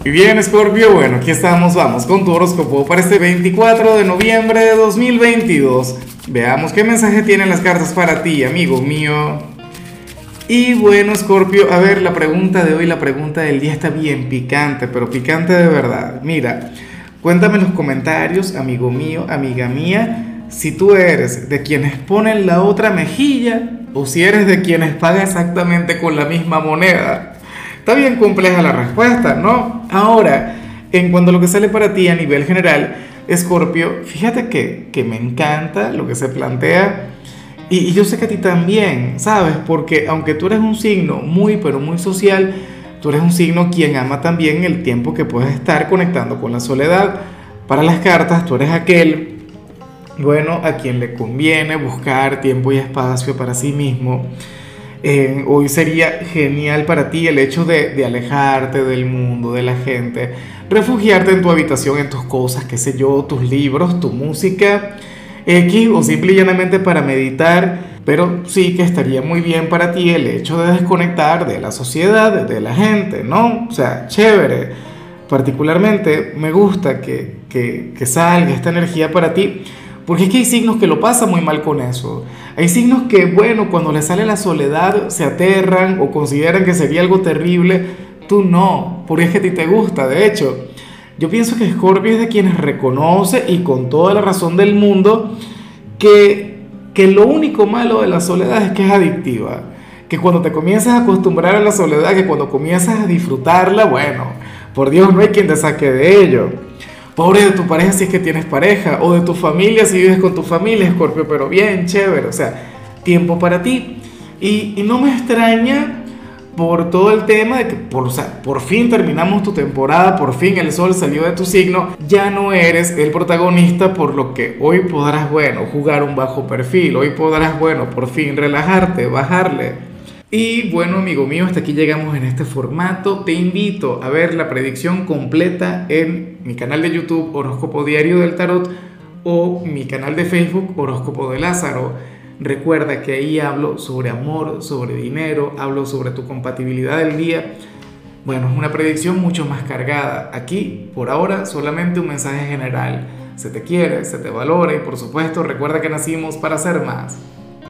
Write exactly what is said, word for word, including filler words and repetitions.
Y bien, Scorpio, bueno, aquí estamos, vamos con tu horóscopo para este veinticuatro de noviembre de dos mil veintidós. Veamos qué mensaje tienen las cartas para ti, amigo mío. Y bueno, Scorpio, a ver, la pregunta de hoy, la pregunta del día está bien picante, pero picante de verdad. Mira, cuéntame en los comentarios, amigo mío, amiga mía, si tú eres de quienes ponen la otra mejilla o si eres de quienes pagan exactamente con la misma moneda. Está bien compleja la respuesta, ¿no? Ahora, en cuanto a lo que sale para ti a nivel general, Escorpio, fíjate que, que me encanta lo que se plantea y, y yo sé que a ti también, ¿sabes? Porque aunque tú eres un signo muy, pero muy social, tú eres un signo quien ama también el tiempo que puedes estar conectando con la soledad. Para las cartas, tú eres aquel, bueno, a quien le conviene buscar tiempo y espacio para sí mismo. Eh, hoy sería genial para ti el hecho de, de alejarte del mundo, de la gente, refugiarte en tu habitación, en tus cosas, qué sé yo, tus libros, tu música, X, o simple y llanamente para meditar, pero sí que estaría muy bien para ti el hecho de desconectar de la sociedad, de la gente, ¿no? O sea, chévere. Particularmente me gusta que, que, que salga esta energía para ti. Porque es que hay signos que lo pasan muy mal con eso. Hay signos que, bueno, cuando les sale la soledad se aterran o consideran que sería algo terrible. Tú no, porque es que a ti te gusta. De hecho, yo pienso que Scorpio es de quienes reconoce y con toda la razón del mundo que, que lo único malo de la soledad es que es adictiva. Que cuando te comienzas a acostumbrar a la soledad, que cuando comienzas a disfrutarla, bueno, por Dios, no hay quien te saque de ello. Pobre de tu pareja si es que tienes pareja, o de tu familia si vives con tu familia, Scorpio, pero bien, chévere, o sea, tiempo para ti. Y, y no me extraña por todo el tema de que por, o sea, por fin terminamos tu temporada, por fin el sol salió de tu signo, ya no eres el protagonista, por lo que hoy podrás, bueno, jugar un bajo perfil, hoy podrás, bueno, por fin relajarte, bajarle. Y bueno, amigo mío, hasta aquí llegamos en este formato. Te invito a ver la predicción completa en mi canal de YouTube Horóscopo Diario del Tarot o mi canal de Facebook Horóscopo de Lázaro. Recuerda que ahí hablo sobre amor, sobre dinero, hablo sobre tu compatibilidad del día. Bueno, es una predicción mucho más cargada. Aquí, por ahora, solamente un mensaje general. Se te quiere, se te valora y por supuesto recuerda que nacimos para ser más.